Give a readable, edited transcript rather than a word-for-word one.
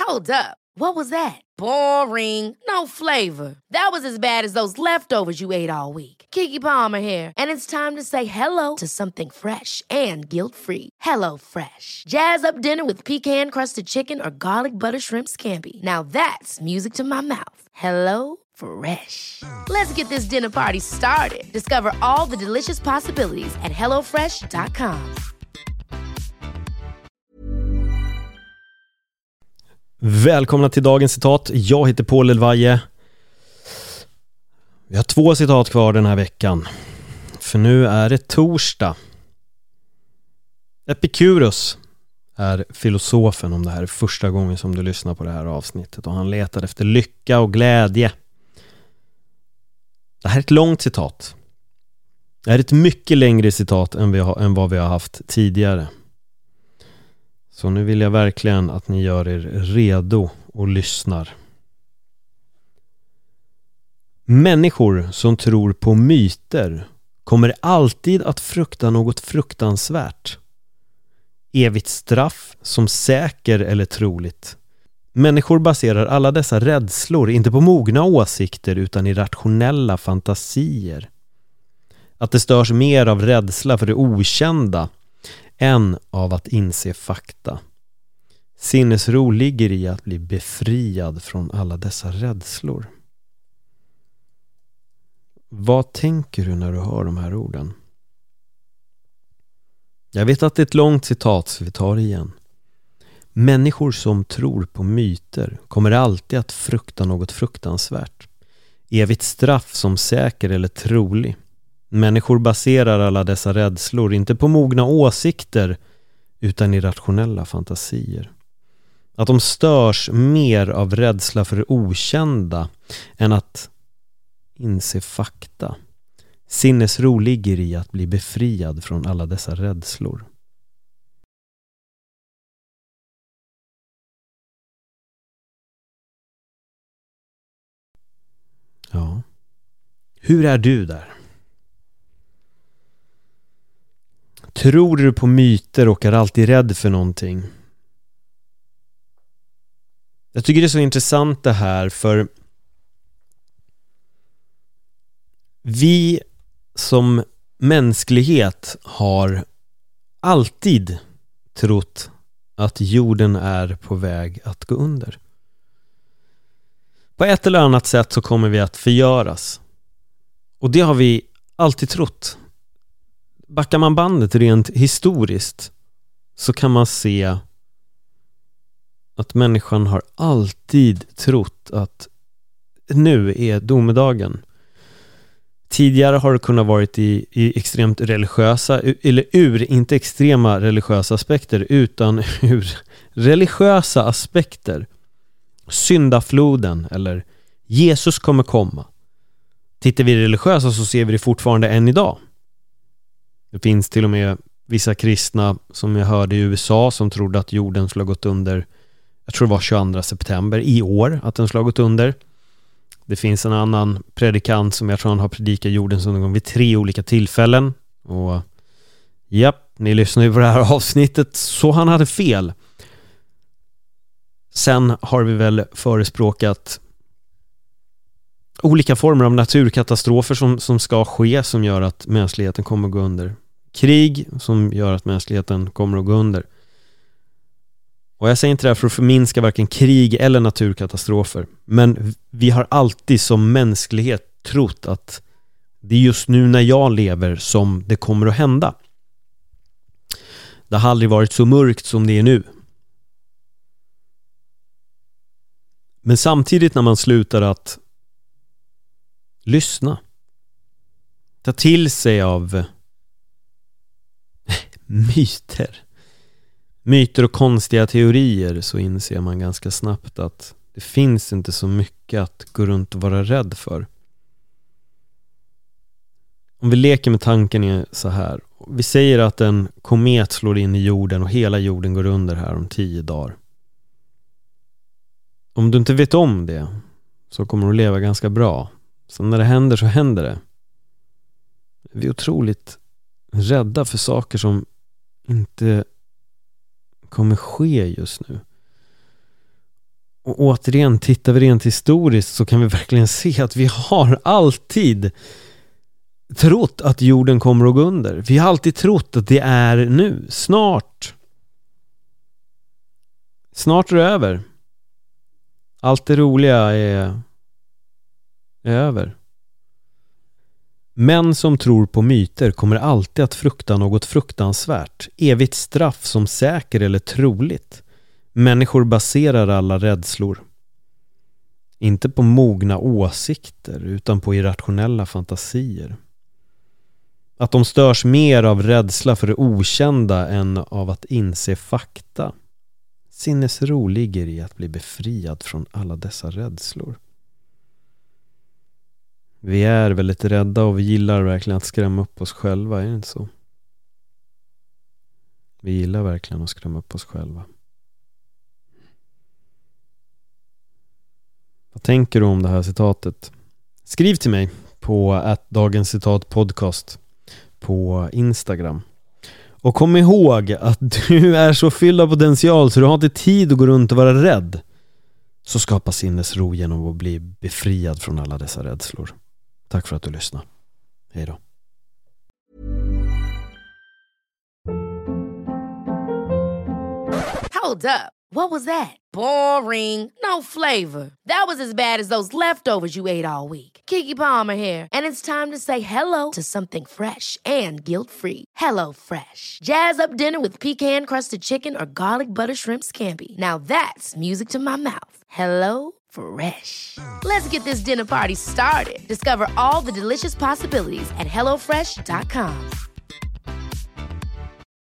Hold up. What was that? Boring. No flavor. That was as bad as those leftovers you ate all week. Keke Palmer here. And it's time to say hello to something fresh and guilt-free. Hello Fresh. Jazz up dinner with pecan-crusted chicken or garlic butter shrimp scampi. Now that's music to my mouth. Hello Fresh. Let's get this dinner party started. Discover all the delicious possibilities at hellofresh.com. Välkomna till dagens citat. Jag heter Paul Elvaje. Vi har 2 citat kvar den här veckan. För nu är det torsdag. Epicurus är filosofen, om det här är första gången som du lyssnar på det här avsnittet. Och han letar efter lycka och glädje. Det här är ett långt citat. Det är ett mycket längre citat än vad vi har haft tidigare. Så nu vill jag verkligen att ni gör er redo och lyssnar. Människor som tror på myter kommer alltid att frukta något fruktansvärt. Evigt straff som säker eller troligt. Människor baserar alla dessa rädslor inte på mogna åsikter utan i rationella fantasier. Att det störs mer av rädsla för det okända än av att inse fakta. Sinnesro ligger i att bli befriad från alla dessa rädslor. Vad tänker du när du hör de här orden? Jag vet att det är ett långt citat, så vi tar det igen. Människor som tror på myter kommer alltid att frukta något fruktansvärt. Evigt straff som säker eller trolig. Människor baserar alla dessa rädslor inte på mogna åsikter utan i rationella fantasier. Att de störs mer av rädsla för det okända än att inse fakta. Sinnesro ligger i att bli befriad från alla dessa rädslor. Ja. Hur är du där? Tror du på myter och är alltid rädd för någonting? Jag tycker det är så intressant det här, för vi som mänsklighet har alltid trott att jorden är på väg att gå under. På ett eller annat sätt så kommer vi att förgöras. Och det har vi alltid trott. Backar man bandet rent historiskt så kan man se att människan har alltid trott att nu är domedagen. Tidigare har det kunnat varit i extremt religiösa, eller inte extrema religiösa aspekter, utan ur religiösa aspekter. Syndafloden eller Jesus kommer komma. Tittar vi religiösa så ser vi det fortfarande än idag. Det finns till och med vissa kristna som jag hörde i USA som trodde att jorden skulle ha gått under, jag tror det var 22 september i år att den skulle ha gått under. Det finns en annan predikant som jag tror han har predikat jordens undergång vid 3 olika tillfällen. Och japp, ni lyssnar ju på det här avsnittet, så han hade fel. Sen har vi väl förespråkat olika former av naturkatastrofer som ska ske, som gör att mänskligheten kommer att gå under. Krig som gör att mänskligheten kommer att gå under. Och jag säger inte det här för att förminska varken krig eller naturkatastrofer. Men vi har alltid som mänsklighet trott att det är just nu när jag lever som det kommer att hända. Det har aldrig varit så mörkt som det är nu. Men samtidigt när man slutar att lyssna, ta till sig av myter och konstiga teorier, så inser man ganska snabbt att det finns inte så mycket att gå runt och vara rädd för. Om vi leker med tanken är så här. Vi säger att en komet slår in i jorden och hela jorden går under här om 10 dagar. Om du inte vet om det så kommer du leva ganska bra. Så när det händer så händer det. Vi är otroligt rädda för saker som inte kommer ske just nu. Och återigen, tittar vi rent historiskt så kan vi verkligen se att vi har alltid trott att jorden kommer att gå under. Vi har alltid trott att det är nu, snart. Snart är det över. Allt det roliga är över. Män som tror på myter kommer alltid att frukta något fruktansvärt, evigt straff som säker eller troligt. Människor baserar alla rädslor inte på mogna åsikter utan på irrationella fantasier. Att de störs mer av rädsla för det okända än av att inse fakta. Sinnesro ligger i att bli befriad från alla dessa rädslor. Vi är väldigt rädda och vi gillar verkligen att skrämma upp oss själva, är det inte så? Vi gillar verkligen att skrämma upp oss själva. Vad tänker du om det här citatet? Skriv till mig på Dagens Citat Podcast på Instagram. Och kom ihåg att du är så fylld av potential så du har inte tid att gå runt och vara rädd. Så skapa sinnesro genom att bli befriad från alla dessa rädslor. Tack för att du lyssnade. Hej då. Hold up. What was that? Boring. No flavor. That was as bad as those leftovers you ate all week. Keke Palmer here, and it's time to say hello to something fresh and guilt-free. Hello Fresh. Jazz up dinner with pecan-crusted chicken or garlic butter shrimp scampi. Now that's music to my mouth. Hello Fresh. Let's get this dinner party started. Discover all the delicious possibilities at HelloFresh.com.